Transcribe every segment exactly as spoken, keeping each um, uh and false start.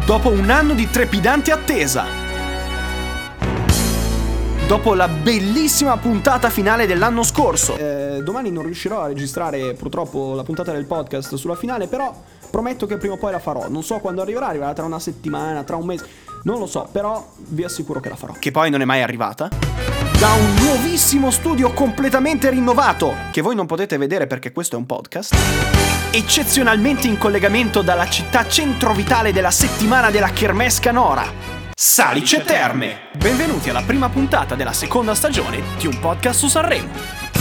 Dopo un anno di trepidante attesa, dopo la bellissima puntata finale dell'anno scorso, eh, domani non riuscirò a registrare purtroppo la puntata del podcast sulla finale, però prometto che prima o poi la farò. Non so quando arriverà, arriverà tra una settimana, tra un mese, non lo so, però vi assicuro che la farò. Che poi non è mai arrivata. Da un nuovissimo studio completamente rinnovato, che voi non potete vedere perché questo è un podcast, eccezionalmente in collegamento dalla città centrovitale della settimana della Kermesse Canora, Salice Terme. Benvenuti alla prima puntata della seconda stagione di un podcast su Sanremo.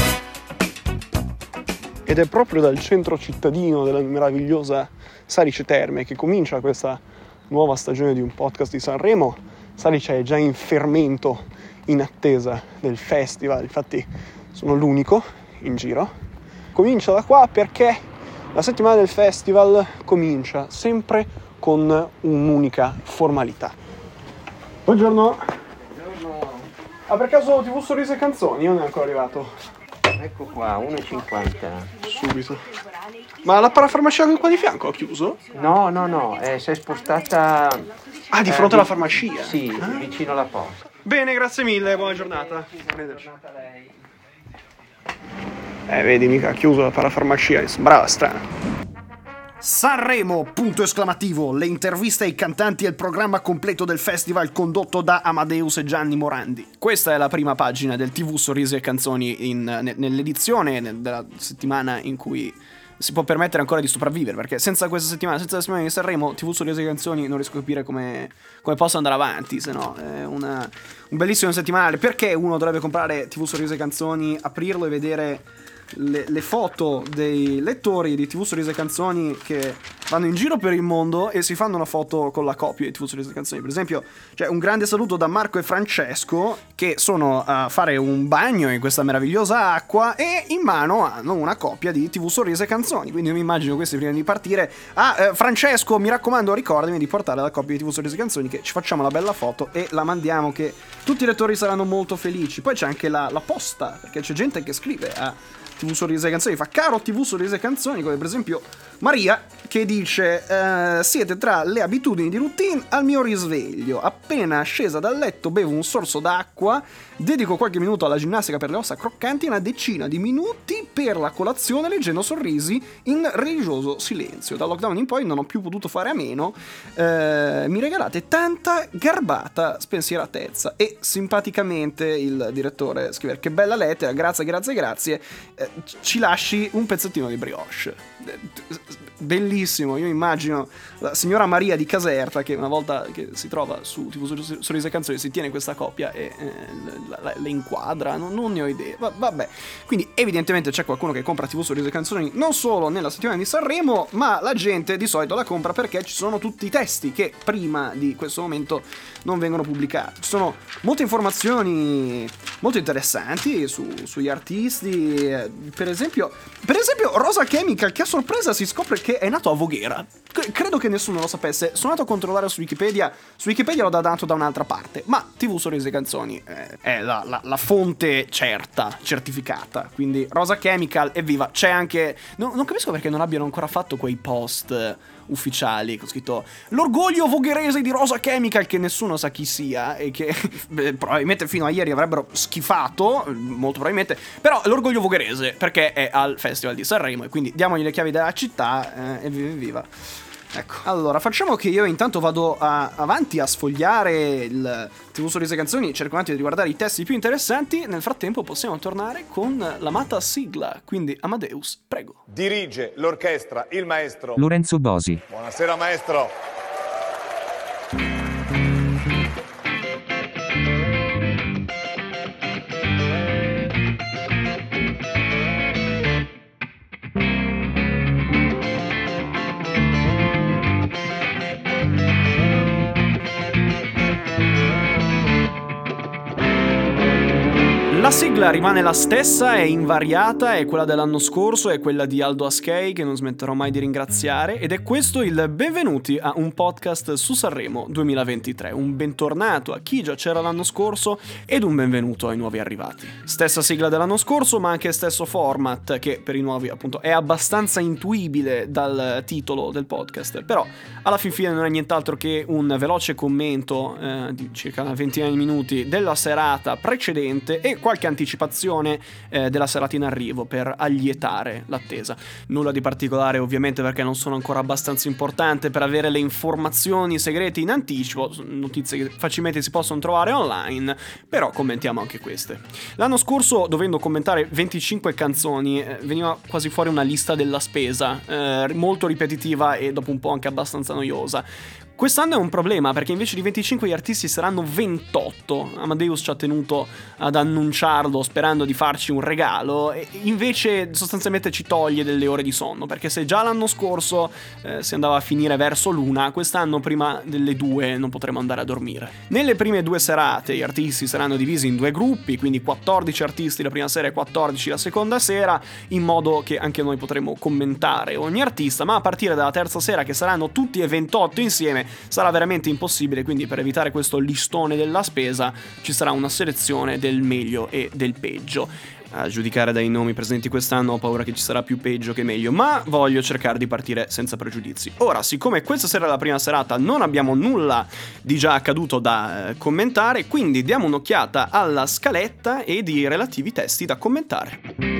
Ed è proprio dal centro cittadino della meravigliosa Salice Terme che comincia questa nuova stagione di un podcast di Sanremo. Salice è già in fermento, in attesa del festival, infatti sono l'unico in giro. Comincia da qua perché la settimana del festival comincia sempre con un'unica formalità. Buongiorno. Buongiorno. Ah, per caso ti vu Sorrisi e Canzoni? Io non è ancora arrivato. Ecco qua, uno e cinquanta. Subito. Ma la parafarmacia qua di fianco ha chiuso? No, no, no, eh, si è spostata... Ah, di eh, fronte vi- alla farmacia? Sì, Ah. vicino alla posta. Bene, grazie mille, buona giornata. Arrivederci. Buona giornata a lei. Eh, vedi, mica ha chiuso la parafarmacia, mi sembrava strano. Sanremo, punto esclamativo, le interviste ai cantanti e il programma completo del festival condotto da Amadeus e Gianni Morandi. Questa è la prima pagina del tivù Sorrisi e Canzoni in, ne, nell'edizione ne, della settimana in cui si può permettere ancora di sopravvivere, perché senza questa settimana, senza la settimana di Sanremo, tivù Sorrisi e Canzoni non riesco a capire come, come possa andare avanti, se no è una, un bellissimo settimanale. Perché uno dovrebbe comprare tivù Sorrisi e Canzoni, aprirlo e vedere Le, le foto dei lettori di tivù Sorrisi e Canzoni che vanno in giro per il mondo e si fanno una foto con la copia di tivù Sorrisi e Canzoni. Per esempio, c'è un grande saluto da Marco e Francesco che sono a fare un bagno in questa meravigliosa acqua e in mano hanno una copia di tivù Sorrisi e Canzoni. Quindi io mi immagino questi prima di partire: ah, eh, Francesco, mi raccomando, ricordami di portare la copia di tivù Sorrisi e Canzoni, che ci facciamo la bella foto e la mandiamo, che tutti i lettori saranno molto felici. Poi c'è anche la, la posta, perché c'è gente che scrive a tivù Sorrisi e Canzoni, fa caro tivù Sorrisi e Canzoni, come per esempio Maria che dice eh, siete tra le abitudini di routine al mio risveglio, appena scesa dal letto bevo un sorso d'acqua, dedico qualche minuto alla ginnastica per le ossa croccanti e una decina di minuti per la colazione leggendo Sorrisi in religioso silenzio. Dal lockdown in poi non ho più potuto fare a meno, eh, mi regalate tanta garbata spensieratezza. E simpaticamente il direttore scrive: che bella lettera, grazie grazie grazie, eh, ci lasci un pezzettino di brioche. Bellissimo. Io immagino la signora Maria di Caserta che una volta che si trova su tivù Sorrisi e Canzoni si tiene questa copia e eh, la, la, le inquadra, non, non ne ho idea. Va, vabbè, quindi evidentemente c'è qualcuno che compra tivù Sorrisi e Canzoni non solo nella settimana di Sanremo, ma la gente di solito la compra perché ci sono tutti i testi che prima di questo momento non vengono pubblicati. Ci sono molte informazioni molto interessanti su, sugli artisti, per esempio per esempio Rosa Chemical, che a sorpresa si scopre che è nato a Voghera. C- credo che nessuno lo sapesse. Sono andato a controllare su Wikipedia. Su Wikipedia l'ho dato da un'altra parte, ma tivù Sorrisi e Canzoni eh, è la, la, la fonte certa, certificata. Quindi Rosa Chemical, evviva. C'è anche... No, non capisco perché non abbiano ancora fatto quei post ufficiali con scritto l'orgoglio vogherese di Rosa Chemical, che nessuno sa chi sia e che beh, probabilmente fino a ieri avrebbero schifato, molto probabilmente, però l'orgoglio vogherese perché è al Festival di Sanremo e quindi diamogli le chiavi della città eh, e viva viva. Ecco, allora facciamo che io intanto vado a, avanti a sfogliare il tivù Sorrisi e Canzoni, cerco un attimo di guardare i testi più interessanti. Nel frattempo possiamo tornare con l'amata sigla, quindi Amadeus, prego. Dirige l'orchestra il maestro Lorenzo Bosi. Buonasera maestro. La sigla rimane la stessa, è invariata, è quella dell'anno scorso, è quella di Aldo Askei, che non smetterò mai di ringraziare, ed è questo il benvenuti a un podcast su Sanremo duemilaventitré, un bentornato a chi già c'era l'anno scorso ed un benvenuto ai nuovi arrivati. Stessa sigla dell'anno scorso, ma anche stesso format, che per i nuovi appunto è abbastanza intuibile dal titolo del podcast, però alla fin fine non è nient'altro che un veloce commento eh, di circa una ventina di minuti della serata precedente e qualche anticipazione eh, della serata in arrivo per allietare l'attesa. Nulla di particolare ovviamente, perché non sono ancora abbastanza importante per avere le informazioni segrete in anticipo, notizie che facilmente si possono trovare online, però commentiamo anche queste. L'anno scorso, dovendo commentare venticinque canzoni, eh, veniva quasi fuori una lista della spesa, eh, molto ripetitiva e dopo un po' anche abbastanza noiosa. Quest'anno è un problema, perché invece di venticinque gli artisti saranno ventotto. Amadeus ci ha tenuto ad annunciarlo sperando di farci un regalo, e invece sostanzialmente ci toglie delle ore di sonno, perché se già l'anno scorso eh, si andava a finire verso l'una, quest'anno prima delle due non potremo andare a dormire. Nelle prime due serate gli artisti saranno divisi in due gruppi, quindi quattordici artisti la prima sera e quattordici la seconda sera, in modo che anche noi potremo commentare ogni artista, ma a partire dalla terza sera, che saranno tutti e ventotto insieme, sarà veramente impossibile, quindi per evitare questo listone della spesa ci sarà una selezione del meglio e del peggio. A giudicare dai nomi presenti quest'anno ho paura che ci sarà più peggio che meglio, ma voglio cercare di partire senza pregiudizi. Ora, siccome questa sera è la prima serata, non abbiamo nulla di già accaduto da eh, commentare, quindi diamo un'occhiata alla scaletta e i relativi testi da commentare.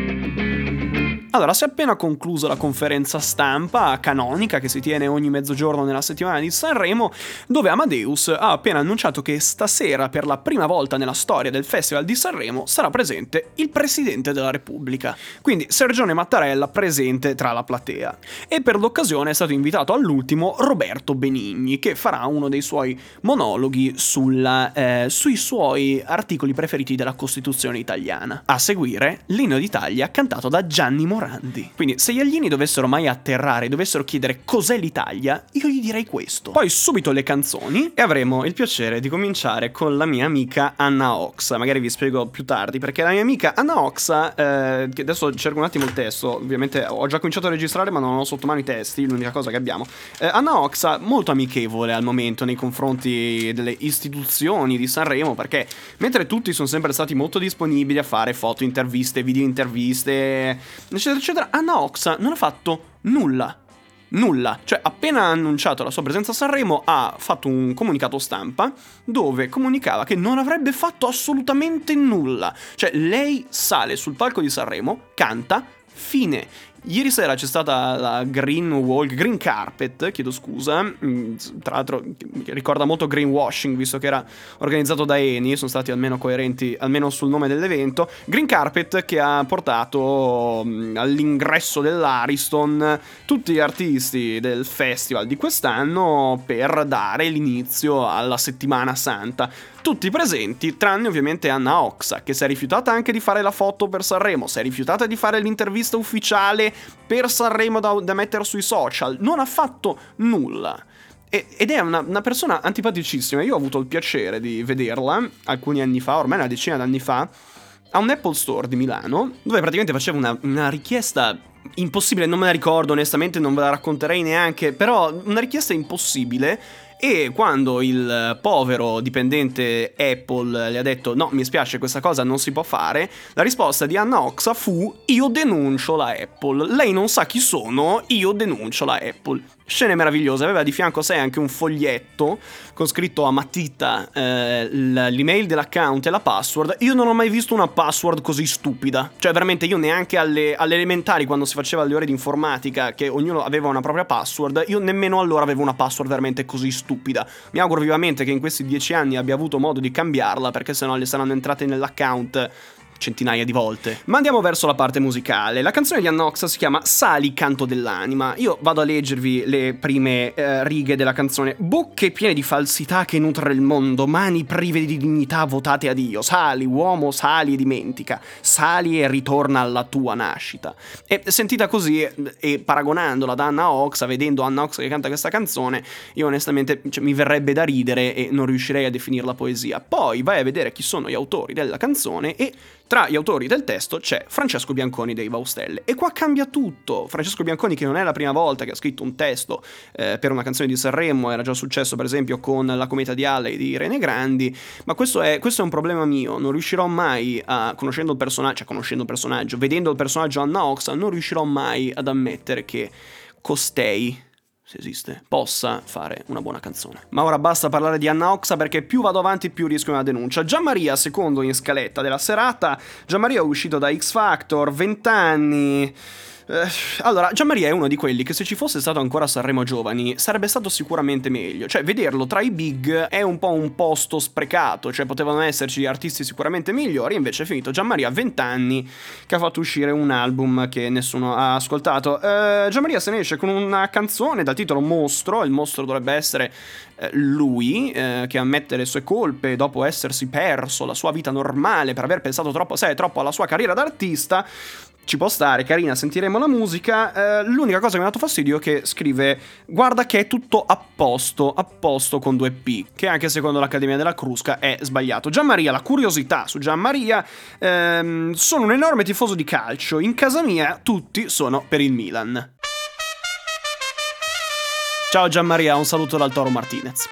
Allora, si è appena conclusa la conferenza stampa canonica che si tiene ogni mezzogiorno nella settimana di Sanremo, dove Amadeus ha appena annunciato che stasera, per la prima volta nella storia del Festival di Sanremo, sarà presente il Presidente della Repubblica. Quindi Sergione Mattarella presente tra la platea. E per l'occasione è stato invitato all'ultimo Roberto Benigni, che farà uno dei suoi monologhi sulla, eh, sui suoi articoli preferiti della Costituzione italiana. A seguire, l'Inno d'Italia cantato da Gianni Morandi. Quindi se gli alieni dovessero mai atterrare e dovessero chiedere cos'è l'Italia, io gli direi questo. Poi subito le canzoni, e avremo il piacere di cominciare con la mia amica Anna Oxa. Magari vi spiego più tardi, perché la mia amica Anna Oxa, eh, che adesso cerco un attimo il testo, ovviamente ho già cominciato a registrare ma non ho sotto mano i testi, l'unica cosa che abbiamo. eh, Anna Oxa molto amichevole al momento nei confronti delle istituzioni di Sanremo, perché mentre tutti sono sempre stati molto disponibili a fare foto interviste, video interviste, eccetera eccetera, Anna Oxa non ha fatto nulla. Nulla. Cioè, appena ha annunciato la sua presenza a Sanremo, ha fatto un comunicato stampa dove comunicava che non avrebbe fatto assolutamente nulla. Cioè, lei sale sul palco di Sanremo, canta, fine. Ieri sera c'è stata la Green Walk, Green Carpet, chiedo scusa, tra l'altro ricorda molto greenwashing, visto che era organizzato da Eni, sono stati almeno coerenti, almeno sul nome dell'evento. Green Carpet che ha portato all'ingresso dell'Ariston tutti gli artisti del festival di quest'anno per dare l'inizio alla settimana santa. Tutti presenti, tranne ovviamente Anna Oxa, che si è rifiutata anche di fare la foto per Sanremo, si è rifiutata di fare l'intervista ufficiale per Sanremo da, da mettere sui social, non ha fatto nulla. E, ed è una, una persona antipaticissima. Io ho avuto il piacere di vederla alcuni anni fa, ormai una decina d'anni fa, a un Apple Store di Milano, dove praticamente faceva una, una richiesta impossibile, non me la ricordo onestamente, non ve la racconterei neanche, però una richiesta impossibile. E quando il povero dipendente Apple le ha detto no, mi spiace, questa cosa non si può fare, la risposta di Anna Oxa fu: io denuncio la Apple, lei non sa chi sono, io denuncio la Apple. Scene meravigliose. Aveva di fianco a sé anche un foglietto con scritto a matita eh, l'email dell'account e la password. Io non ho mai visto una password così stupida. Cioè veramente, io neanche alle, alle elementari, quando si faceva le ore di informatica, che ognuno aveva una propria password, io nemmeno allora avevo una password veramente così stupida. Mi auguro vivamente che in questi dieci anni abbia avuto modo di cambiarla, perché sennò le saranno entrate nell'account centinaia di volte. Ma andiamo verso la parte musicale. La canzone di Anna Oxa si chiama Sali, canto dell'anima. Io vado a leggervi le prime eh, righe della canzone. Bocche piene di falsità che nutre il mondo, mani prive di dignità votate a Dio. Sali, uomo, sali e dimentica. Sali e ritorna alla tua nascita. E sentita così e paragonandola ad Anna Oxa, vedendo Anna Oxa che canta questa canzone, io onestamente, cioè, mi verrebbe da ridere e non riuscirei a definirla poesia. Poi vai a vedere chi sono gli autori della canzone e Tra gli autori del testo c'è Francesco Bianconi dei Vaustelle, e qua cambia tutto. Francesco Bianconi, che non è la prima volta che ha scritto un testo eh, per una canzone di Sanremo, era già successo per esempio con La cometa di Halley di Irene Grandi, ma questo è, questo è un problema mio. Non riuscirò mai a, conoscendo il personaggio, cioè conoscendo il personaggio, vedendo il personaggio Anna Oxa, non riuscirò mai ad ammettere che costei, se esiste, possa fare una buona canzone. Ma ora basta parlare di Anna Oxa, perché più vado avanti più rischio una denuncia. Gianmaria, secondo in scaletta della serata. Gianmaria è uscito da X Factor, venti anni. Eh, allora, Gianmaria è uno di quelli che, se ci fosse stato ancora a Sanremo Giovani, sarebbe stato sicuramente meglio. Cioè, vederlo tra i big è un po' un posto sprecato. Cioè, potevano esserci artisti sicuramente migliori. Invece è finito Gianmaria, venti anni, che ha fatto uscire un album che nessuno ha ascoltato. eh, Gianmaria se ne esce con una canzone dal titolo Mostro. Il mostro dovrebbe essere eh, lui, eh, che ammette le sue colpe dopo essersi perso la sua vita normale per aver pensato troppo a sé e troppo alla sua carriera d'artista. Ci può stare, carina, sentiremo la musica. Eh, l'unica cosa che mi ha dato fastidio è che scrive: guarda che è tutto a posto, a posto con due P, che anche secondo l'Accademia della Crusca è sbagliato. Gianmaria, la curiosità su Gianmaria: ehm, sono un enorme tifoso di calcio, in casa mia tutti sono per il Milan. Ciao Gianmaria, un saluto dal Toro Martinez.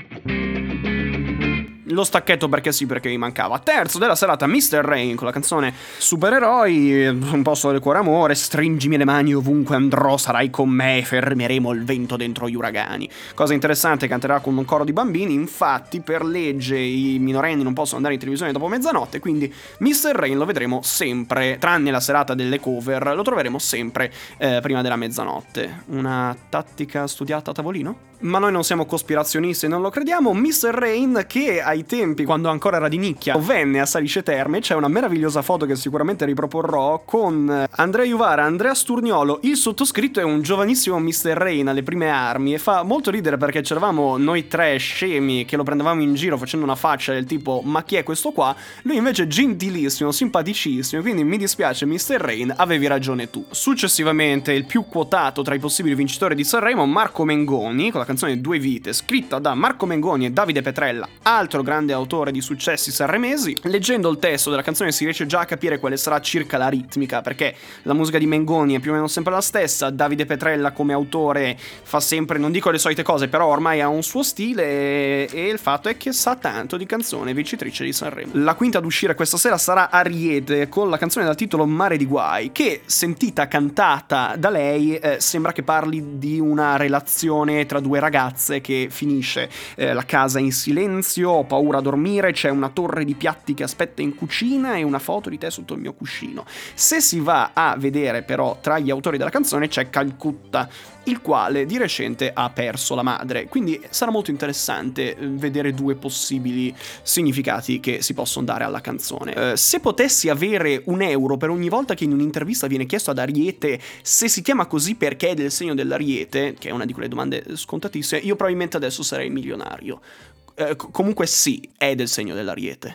Lo stacchetto perché sì, perché mi mancava. Terzo della serata, mister Rain con la canzone Supereroi, un posto del cuore amore, stringimi le mani ovunque andrò, sarai con me, fermeremo il vento dentro gli uragani. Cosa interessante, canterà con un coro di bambini. Infatti per legge i minorenni non possono andare in televisione dopo mezzanotte, quindi mister Rain lo vedremo sempre, tranne la serata delle cover, lo troveremo sempre eh, prima della mezzanotte. Una tattica studiata a tavolino? Ma noi non siamo cospirazionisti e non lo crediamo. mister Rain, che ai tempi, quando ancora era di nicchia, venne a Salice Terme. C'è una meravigliosa foto che sicuramente riproporrò con Andrea Juvara, Andrea Sturniolo, il sottoscritto e un giovanissimo mister Rain alle prime armi. E fa molto ridere perché c'eravamo noi tre scemi che lo prendevamo in giro facendo una faccia del tipo ma chi è questo qua? Lui invece gentilissimo, simpaticissimo, quindi mi dispiace mister Rain, avevi ragione tu. Successivamente il più quotato tra i possibili vincitori di Sanremo, Marco Mengoni, con la canzone Due Vite, scritta da Marco Mengoni e Davide Petrella, altro grande autore di successi sanremesi. Leggendo il testo della canzone si riesce già a capire quale sarà circa la ritmica, perché la musica di Mengoni è più o meno sempre la stessa. Davide Petrella come autore fa sempre, non dico le solite cose, però ormai ha un suo stile, e, e il fatto è che sa tanto di canzone vincitrice di Sanremo. La quinta ad uscire questa sera sarà Ariete con la canzone dal titolo Mare di Guai, che sentita cantata da lei eh, sembra che parli di una relazione tra due ragazze che finisce. Eh, la casa in silenzio, ho paura a dormire, c'è una torre di piatti che aspetta in cucina e una foto di te sotto il mio cuscino. Se si va a vedere però tra gli autori della canzone c'è Calcutta, il quale di recente ha perso la madre, quindi sarà molto interessante vedere due possibili significati che si possono dare alla canzone. Eh, se potessi avere un euro per ogni volta che in un'intervista viene chiesto ad Ariete se si chiama così perché è del segno dell'Ariete, che è una di quelle domande scontatissime, io probabilmente adesso sarei milionario. Eh, comunque sì, è del segno dell'Ariete.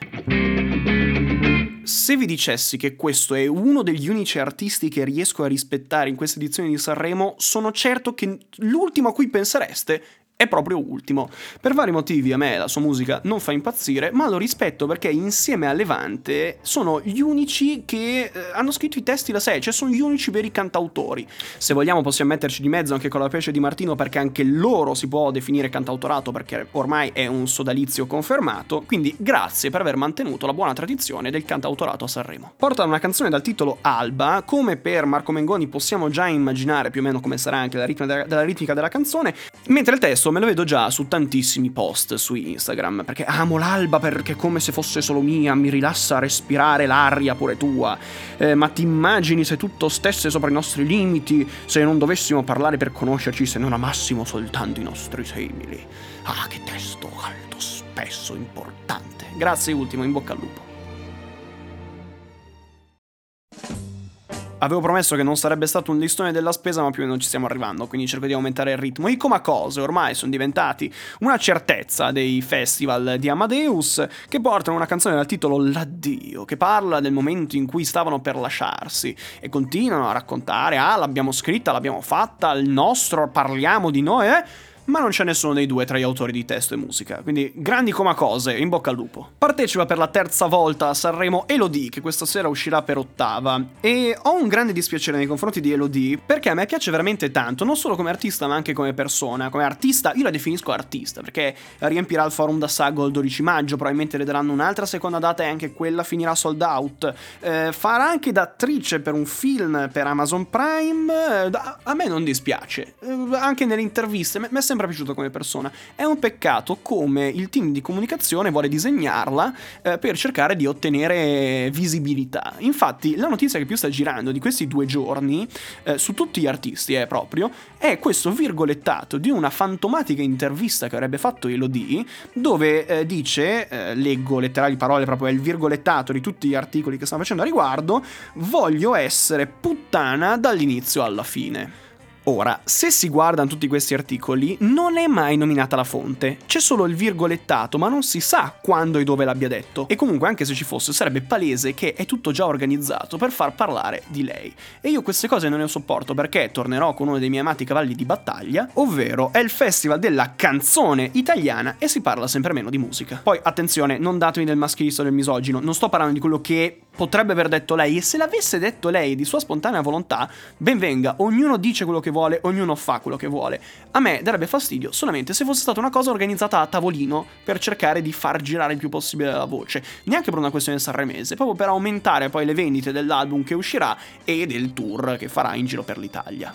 Se vi dicessi che questo è uno degli unici artisti che riesco a rispettare in questa edizione di Sanremo, sono certo che l'ultimo a cui pensereste è proprio Ultimo. Per vari motivi a me la sua musica non fa impazzire, ma lo rispetto perché insieme a Levante sono gli unici che eh, hanno scritto i testi da sé, cioè sono gli unici veri cantautori. Se vogliamo possiamo metterci di mezzo anche con la Pesce di Martino, perché anche loro si può definire cantautorato, perché ormai è un sodalizio confermato, quindi grazie per aver mantenuto la buona tradizione del cantautorato a Sanremo. Portano una canzone dal titolo Alba, come per Marco Mengoni possiamo già immaginare più o meno come sarà anche la ritmica della, della ritmica della canzone, mentre il testo me lo vedo già su tantissimi post su Instagram, perché amo l'alba perché come se fosse solo mia, mi rilassa respirare l'aria pure tua, eh, ma ti immagini se tutto stesse sopra i nostri limiti, se non dovessimo parlare per conoscerci, se non amassimo soltanto i nostri simili. Ah, che testo alto, spesso, importante. Grazie Ultimo, in bocca al lupo. Avevo promesso che non sarebbe stato un listone della spesa, ma più o meno ci stiamo arrivando, quindi cerco di aumentare il ritmo. I Comacose ormai sono diventati una certezza dei festival di Amadeus, che portano una canzone dal titolo L'addio, che parla del momento in cui stavano per lasciarsi, e continuano a raccontare: ah, l'abbiamo scritta, l'abbiamo fatta, il nostro, parliamo di noi, eh? ma non c'è nessuno dei due tra gli autori di testo e musica, quindi grandi come cose, in bocca al lupo. Partecipa per la terza volta a Sanremo Elodie, che questa sera uscirà per ottava, e ho un grande dispiacere nei confronti di Elodie, perché a me piace veramente tanto, non solo come artista ma anche come persona. Come artista, io la definisco artista, perché riempirà il forum da Sago il dodici maggio, probabilmente le daranno un'altra seconda data e anche quella finirà sold out, eh, farà anche da attrice per un film per Amazon Prime, eh, a me non dispiace, eh, anche nelle interviste mi è sempre piaciuta come persona. È un peccato come il team di comunicazione vuole disegnarla eh, per cercare di ottenere visibilità. Infatti la notizia che più sta girando di questi due giorni eh, su tutti gli artisti è proprio è questo virgolettato di una fantomatica intervista che avrebbe fatto Elodie, dove eh, dice, eh, leggo letterali parole, proprio è il virgolettato di tutti gli articoli che stanno facendo a riguardo: voglio essere puttana dall'inizio alla fine. Ora, se si guardano tutti questi articoli, non è mai nominata la fonte, c'è solo il virgolettato, ma non si sa quando e dove l'abbia detto. E comunque, anche se ci fosse, sarebbe palese che è tutto già organizzato per far parlare di lei. E io queste cose non ne sopporto, perché tornerò con uno dei miei amati cavalli di battaglia, ovvero è il festival della canzone italiana e si parla sempre meno di musica. Poi, attenzione, non datemi del maschilista o del misogino, non sto parlando di quello che potrebbe aver detto lei, e se l'avesse detto lei di sua spontanea volontà, ben venga, ognuno dice quello che vuole, ognuno fa quello che vuole. A me darebbe fastidio solamente se fosse stata una cosa organizzata a tavolino per cercare di far girare il più possibile la voce, neanche per una questione sanremese, proprio per aumentare poi le vendite dell'album che uscirà e del tour che farà in giro per l'Italia.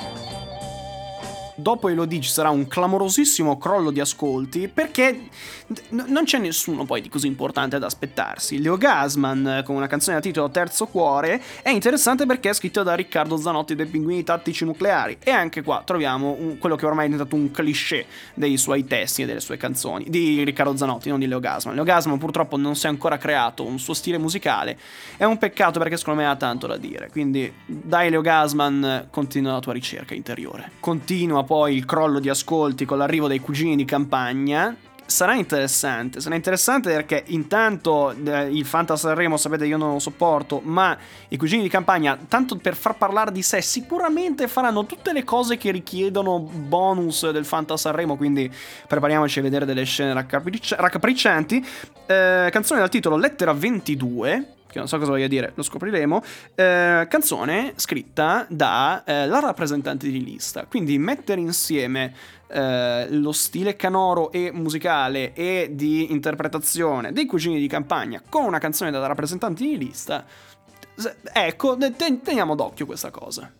Dopo Elodie ci sarà un clamorosissimo crollo di ascolti, perché n- non c'è nessuno poi di così importante ad aspettarsi. Leo Gasman, con una canzone da titolo Terzo Cuore, è interessante perché è scritto da Riccardo Zanotti dei Pinguini Tattici Nucleari, e anche qua troviamo un, quello che ormai è diventato un cliché dei suoi testi e delle sue canzoni, di Riccardo Zanotti, non di Leo Gasman. Leo Gasman purtroppo non si è ancora creato un suo stile musicale, è un peccato perché secondo me ha tanto da dire, quindi dai Leo Gasman, continua la tua ricerca interiore. Continua poi il crollo di ascolti con l'arrivo dei Cugini di Campagna. Sarà interessante, sarà interessante perché intanto eh, il Fanta Sanremo, sapete, io non lo sopporto, ma i Cugini di Campagna, tanto per far parlare di sé, sicuramente faranno tutte le cose che richiedono bonus del Fanta Sanremo, quindi prepariamoci a vedere delle scene raccapricci- raccapriccianti. Eh, canzone dal titolo Lettera ventidue, che non so cosa voglia dire, lo scopriremo, eh, canzone scritta da eh, la rappresentante di lista, quindi mettere insieme eh, lo stile canoro e musicale e di interpretazione dei Cugini di Campagna con una canzone da rappresentante di lista, ecco, teniamo d'occhio questa cosa.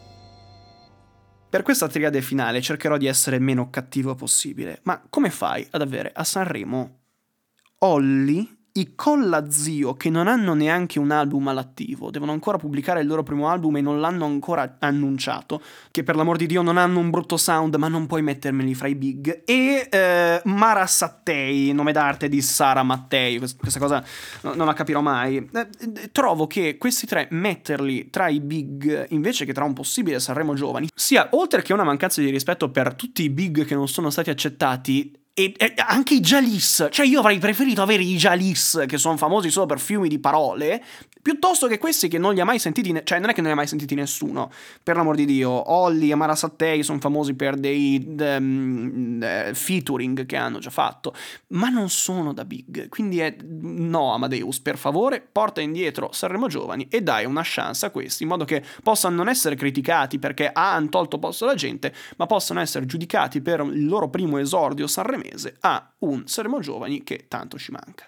Per questa triade finale cercherò di essere meno cattivo possibile, ma come fai ad avere a Sanremo Olly, i Colla Zio, che non hanno neanche un album all'attivo, devono ancora pubblicare il loro primo album e non l'hanno ancora annunciato, che per l'amor di Dio non hanno un brutto sound, ma non puoi mettermeli fra i big, e eh, Mara Sattei, nome d'arte di Sara Mattei, questa cosa non la capirò mai. Eh, trovo che questi tre, metterli tra i big invece che tra un possibile Sanremo Giovani, sia, oltre che una mancanza di rispetto per tutti i big che non sono stati accettati, e, e anche i Jalis, cioè io avrei preferito avere i Jalis, che sono famosi solo per fiumi di parole, piuttosto che questi che non li ha mai sentiti, ne- cioè non è che non li ha mai sentiti nessuno, per l'amor di Dio. Olly e Mara Sattei sono famosi per dei de, de, featuring che hanno già fatto, ma non sono da big, quindi è no, Amadeus, per favore porta indietro Sanremo Giovani e dai una chance a questi, in modo che possano non essere criticati perché ah, hanno tolto posto alla gente, ma possano essere giudicati per il loro primo esordio sanremese a un Sanremo Giovani che tanto ci manca.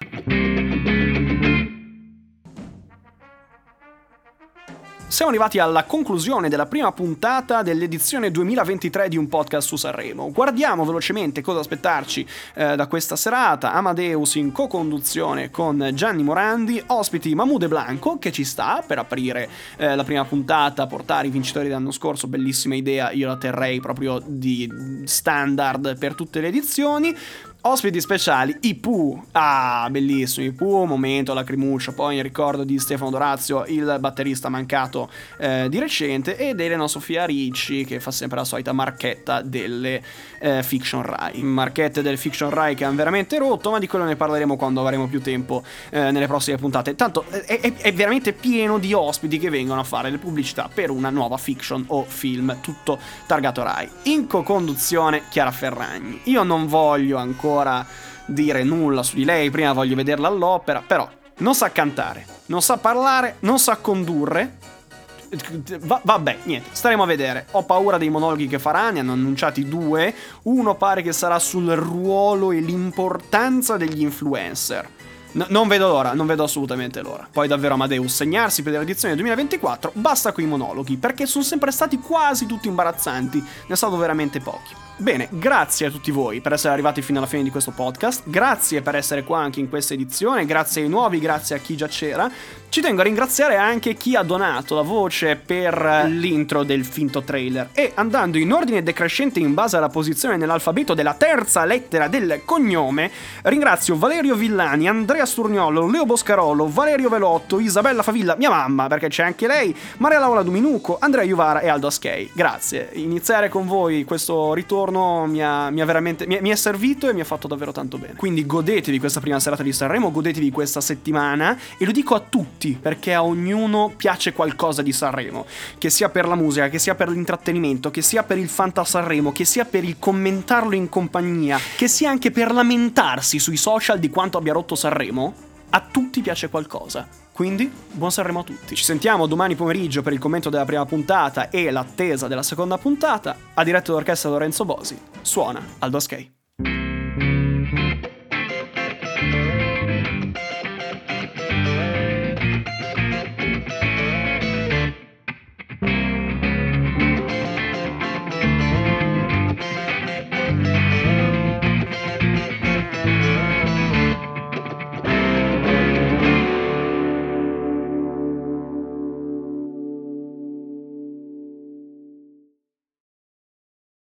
Siamo arrivati alla conclusione della prima puntata dell'edizione duemilaventitré di Un Podcast su Sanremo. Guardiamo velocemente cosa aspettarci eh, da questa serata. Amadeus in co-conduzione con Gianni Morandi, ospiti Mahmood e Blanco, che ci sta per aprire eh, la prima puntata, portare i vincitori dell'anno scorso, bellissima idea, io la terrei proprio di standard per tutte le edizioni. Ospiti speciali, i Pooh. Ah, bellissimo, i Pooh, momento lacrimuccio. Poi in ricordo di Stefano Dorazio, il batterista mancato eh, di recente, ed Elena Sofia Ricci, che fa sempre la solita marchetta delle eh, Fiction Rai. Marchette del Fiction Rai che hanno veramente rotto, ma di quello ne parleremo quando avremo più tempo eh, nelle prossime puntate. Tanto è, è, è veramente pieno di ospiti che vengono a fare le pubblicità per una nuova fiction o film, tutto targato Rai. In co-conduzione Chiara Ferragni. Io non voglio ancora dire nulla su di lei, prima voglio vederla all'opera, però non sa cantare, non sa parlare, non sa condurre. Va- vabbè, niente, staremo a vedere. Ho paura dei monologhi che farà, ne hanno annunciati due. Uno pare che sarà sul ruolo e l'importanza degli influencer. No, non vedo l'ora, non vedo assolutamente l'ora. Poi davvero Amadeus, segnarsi per l'edizione duemilaventiquattro, basta coi monologhi, perché sono sempre stati quasi tutti imbarazzanti, ne salvo veramente pochi. Bene, grazie a tutti voi per essere arrivati fino alla fine di questo podcast, grazie per essere qua anche in questa edizione, grazie ai nuovi, grazie a chi già c'era. Ci tengo a ringraziare anche chi ha donato la voce per l'intro del finto trailer. E andando in ordine decrescente in base alla posizione nell'alfabeto della terza lettera del cognome, ringrazio Valerio Villani, Andrea Sturniolo, Leo Boscarolo, Valerio Velotto, Isabella Favilla, mia mamma, perché c'è anche lei, Maria Laura Dominuco, Andrea Juvara e Aldo Aschei. Grazie. Iniziare con voi questo ritorno mi ha, mi ha veramente mi è, mi è servito e mi ha fatto davvero tanto bene. Quindi godetevi questa prima serata di Sanremo, godetevi questa settimana, e lo dico a tutti, perché a ognuno piace qualcosa di Sanremo, che sia per la musica, che sia per l'intrattenimento, che sia per il Fanta Sanremo, che sia per il commentarlo in compagnia, che sia anche per lamentarsi sui social di quanto abbia rotto Sanremo. A tutti piace qualcosa. Quindi buon Sanremo a tutti. Ci sentiamo domani pomeriggio per il commento della prima puntata e l'attesa della seconda puntata. A diretto d'orchestra Lorenzo Bosi. Suona Aldo Aschei.